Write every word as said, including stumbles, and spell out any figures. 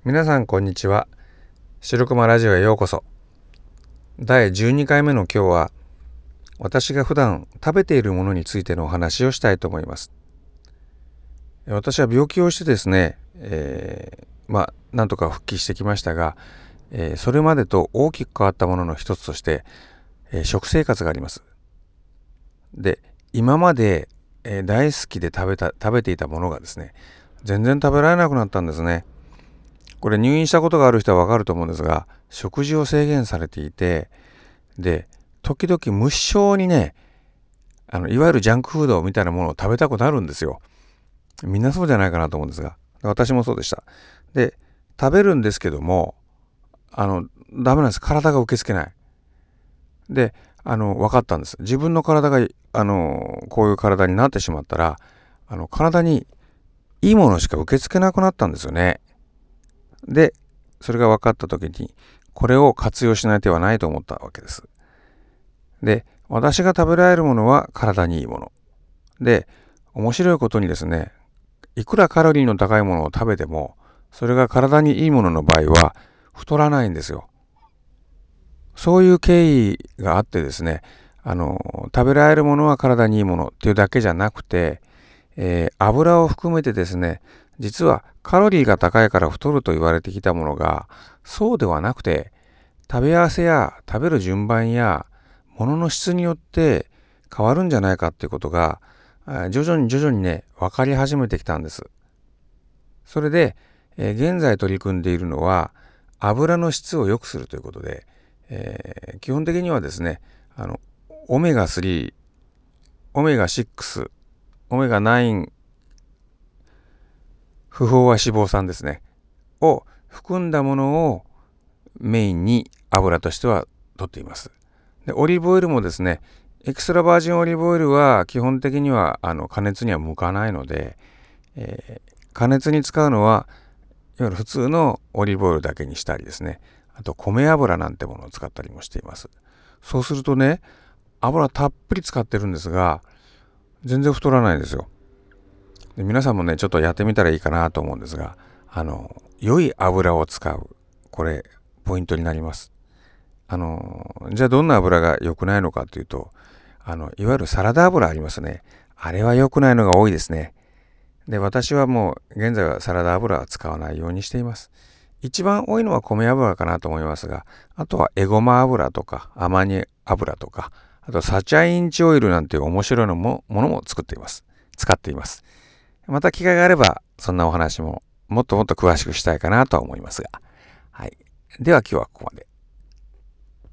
皆さんこんにちは。白熊ラジオへようこそ。だいじゅうにかいめの今日は、私が普段食べているものについてのお話をしたいと思います。私は病気をしてですね、えー、まあなんとか復帰してきましたが、えー、それまでと大きく変わったものの一つとして、えー、食生活があります。で、今まで、えー、大好きで食べた食べていたものがですね、全然食べられなくなったんですね。これ入院したことがある人はわかると思うんですが、食事を制限されていて、で、時々無性にね、あの、いわゆるジャンクフードみたいなものを食べたくなるんですよ。みんなそうじゃないかなと思うんですが、私もそうでした。で、食べるんですけども、あの、ダメなんです。体が受け付けない。で、あの、分かったんです。自分の体が、あの、こういう体になってしまったら、あの、体にいいものしか受け付けなくなったんですよね。で、それが分かった時に、これを活用しない手はないと思ったわけです。で、私が食べられるものは体にいいもの。で、面白いことにですね、いくらカロリーの高いものを食べても、それが体にいいものの場合は太らないんですよ。そういう経緯があってですね、あの、食べられるものは体にいいものっていうだけじゃなくて、えー油を含めてですね、実はカロリーが高いから太ると言われてきたものが、そうではなくて、食べ合わせや食べる順番や物の質によって変わるんじゃないかっていうことが、徐々に徐々にね、分かり始めてきたんです。それで、えー現在取り組んでいるのは、油の質を良くするということで、えー基本的にはですね、あの、オメガスリー、オメガシックス、オメガナイン、不飽和脂肪酸ですね、を含んだものをメインに油としては取っています。で、オリーブオイルもですね、エクストラバージンオリーブオイルは基本的にはあの加熱には向かないので、えー加熱に使うのはいわゆる普通のオリーブオイルだけにしたりですね、あと米油なんてものを使ったりもしています。そうするとね、油たっぷり使ってるんですが、全然太らないんですよ。で、皆さんもね、ちょっとやってみたらいいかなと思うんですが、あの、良い油を使う。これ、ポイントになります。あの、じゃあどんな油が良くないのかというと、あの、いわゆるサラダ油ありますね。あれは良くないのが多いですね。で、私はもう現在はサラダ油は使わないようにしています。一番多いのは米油かなと思いますが、あとはエゴマ油とかアマニ油とか、あとサチャインチオイルなんていう面白いのもものも作っています。使っています。また機会があれば、そんなお話ももっともっと詳しくしたいかなとは思いますが。はい。では今日はここまで。